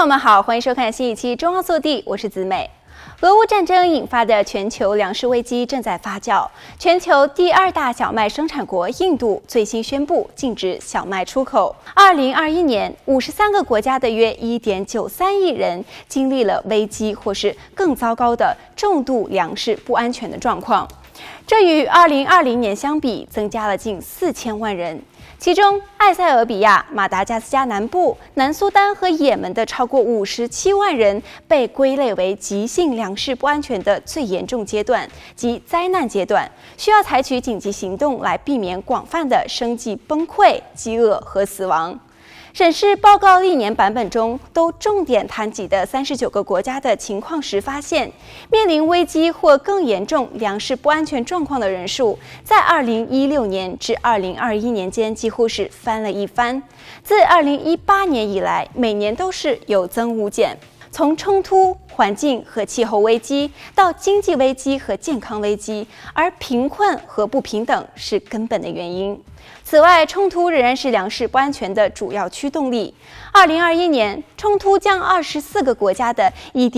朋友们好，欢迎收看新一期《中澳速递》，我是子美。俄乌战争引发的全球粮食危机正在发酵。全球第2大小麦生产国印度最新宣布禁止小麦出口。2021年，53个国家的约1.93亿人经历了危机或是更糟糕的重度粮食不安全的状况。这与2020年相比，增加了近4000万人。其中，埃塞俄比亚、马达加斯加南部、南苏丹和也门的超过57万人被归类为急性粮食不安全的最严重阶段及灾难阶段，需要采取紧急行动来避免广泛的生计崩溃、饥饿和死亡。审视报告历年版本中都重点谈及的39个国家的情况时发现，面临危机或更严重粮食不安全状况的人数，在2016年至2021年间几乎是翻了一番。自2018年以来，每年都是有增无减。从冲突、环境和气候危机到经济危机和健康危机，而贫困和不平等是根本的原因。此外，冲突仍然是粮食不安全的主要驱动力。2021年，冲突将24个国家的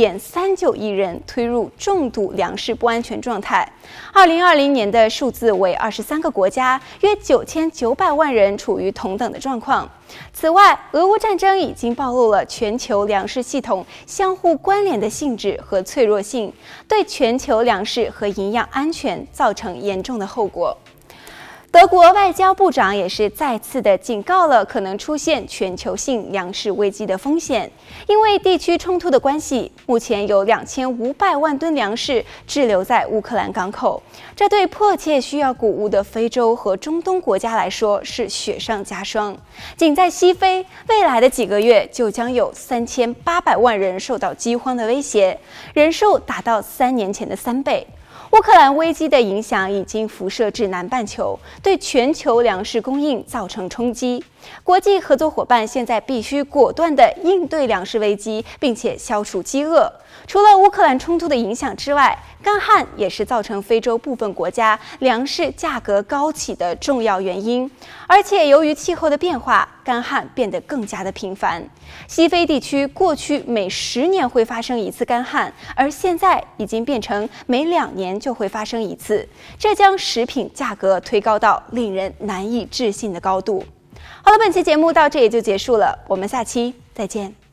1.39亿人推入重度粮食不安全状态。2020年的数字为23个国家，约9900万人处于同等的状况。此外，俄乌战争已经暴露了全球粮食系统相互关联的性质和脆弱性，对全球粮食和营养安全造成严重的后果。德国外交部长也是再次的警告了可能出现全球性粮食危机的风险，因为地区冲突的关系，目前有2500万吨粮食滞留在乌克兰港口，这对迫切需要谷物的非洲和中东国家来说是雪上加霜。仅在西非，未来的几个月就将有3800万人受到饥荒的威胁，人数达到3年前的3倍。乌克兰危机的影响已经辐射至南半球，对全球粮食供应造成冲击。国际合作伙伴现在必须果断地应对粮食危机，并且消除饥饿。除了乌克兰冲突的影响之外，干旱也是造成非洲部分国家粮食价格高企的重要原因。而且由于气候的变化，干旱变得更加的频繁。西非地区过去每10年会发生一次干旱，而现在已经变成每2年就会发生一次，这将食品价格推高到令人难以置信的高度。好了，本期节目到这里就结束了，我们下期再见。